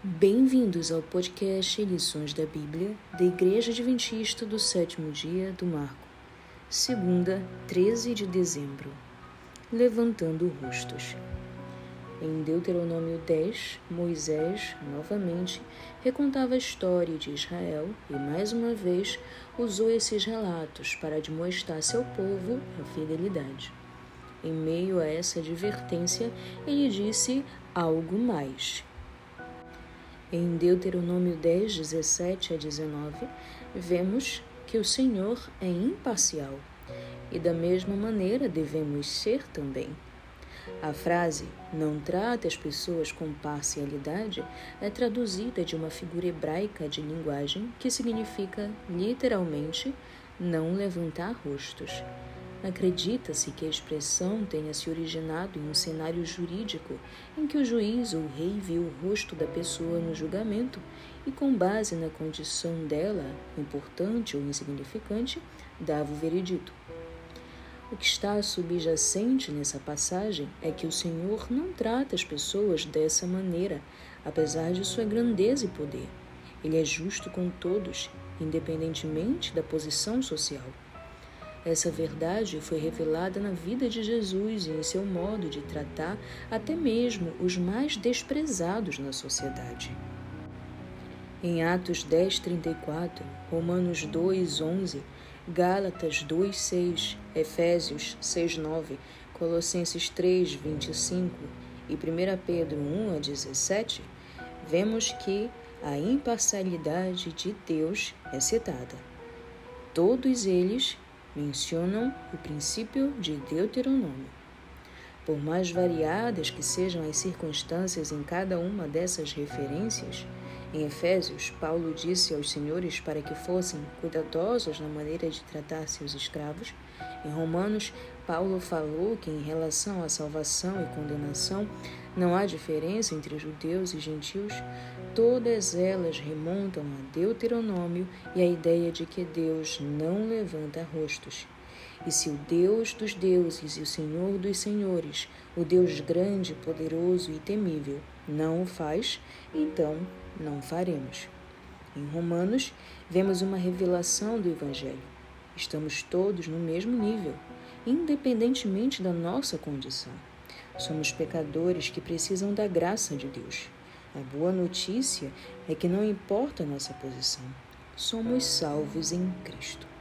Bem-vindos ao podcast Lições da Bíblia da Igreja Adventista do Sétimo Dia do Marco, segunda, 13 de dezembro. Levantando rostos. Em Deuteronômio 10, Moisés, novamente, recontava a história de Israel e, mais uma vez, usou esses relatos para demonstrar a seu povo a fidelidade. Em meio a essa advertência, ele disse algo mais. Em Deuteronômio 10, 17 a 19, vemos que o Senhor é imparcial e da mesma maneira devemos ser também. A frase "não trate as pessoas com parcialidade" é traduzida de uma figura hebraica de linguagem que significa, literalmente, não levantar rostos. Acredita-se que a expressão tenha se originado em um cenário jurídico em que o juiz ou o rei viu o rosto da pessoa no julgamento e, com base na condição dela, importante ou insignificante, dava o veredito. O que está subjacente nessa passagem é que o Senhor não trata as pessoas dessa maneira, apesar de sua grandeza e poder. Ele é justo com todos, independentemente da posição social. Essa verdade foi revelada na vida de Jesus e em seu modo de tratar até mesmo os mais desprezados na sociedade. Em Atos 10:34, Romanos 2:11, Gálatas 2:6, Efésios 6:9, Colossenses 3:25 e 1 Pedro 1:17, vemos que a imparcialidade de Deus é citada. Todos eles mencionam o princípio de Deuteronômio. Por mais variadas que sejam as circunstâncias em cada uma dessas referências, em Efésios, Paulo disse aos senhores para que fossem cuidadosos na maneira de tratar seus escravos. Em Romanos, Paulo falou que em relação à salvação e condenação não há diferença entre judeus e gentios. Todas elas remontam a Deuteronômio e a ideia de que Deus não levanta rostos. E se o Deus dos deuses e o Senhor dos senhores, o Deus grande, poderoso e temível, não o faz, então não faremos. Em Romanos, vemos uma revelação do Evangelho. Estamos todos no mesmo nível, independentemente da nossa condição. Somos pecadores que precisam da graça de Deus. A boa notícia é que não importa a nossa posição, somos salvos em Cristo.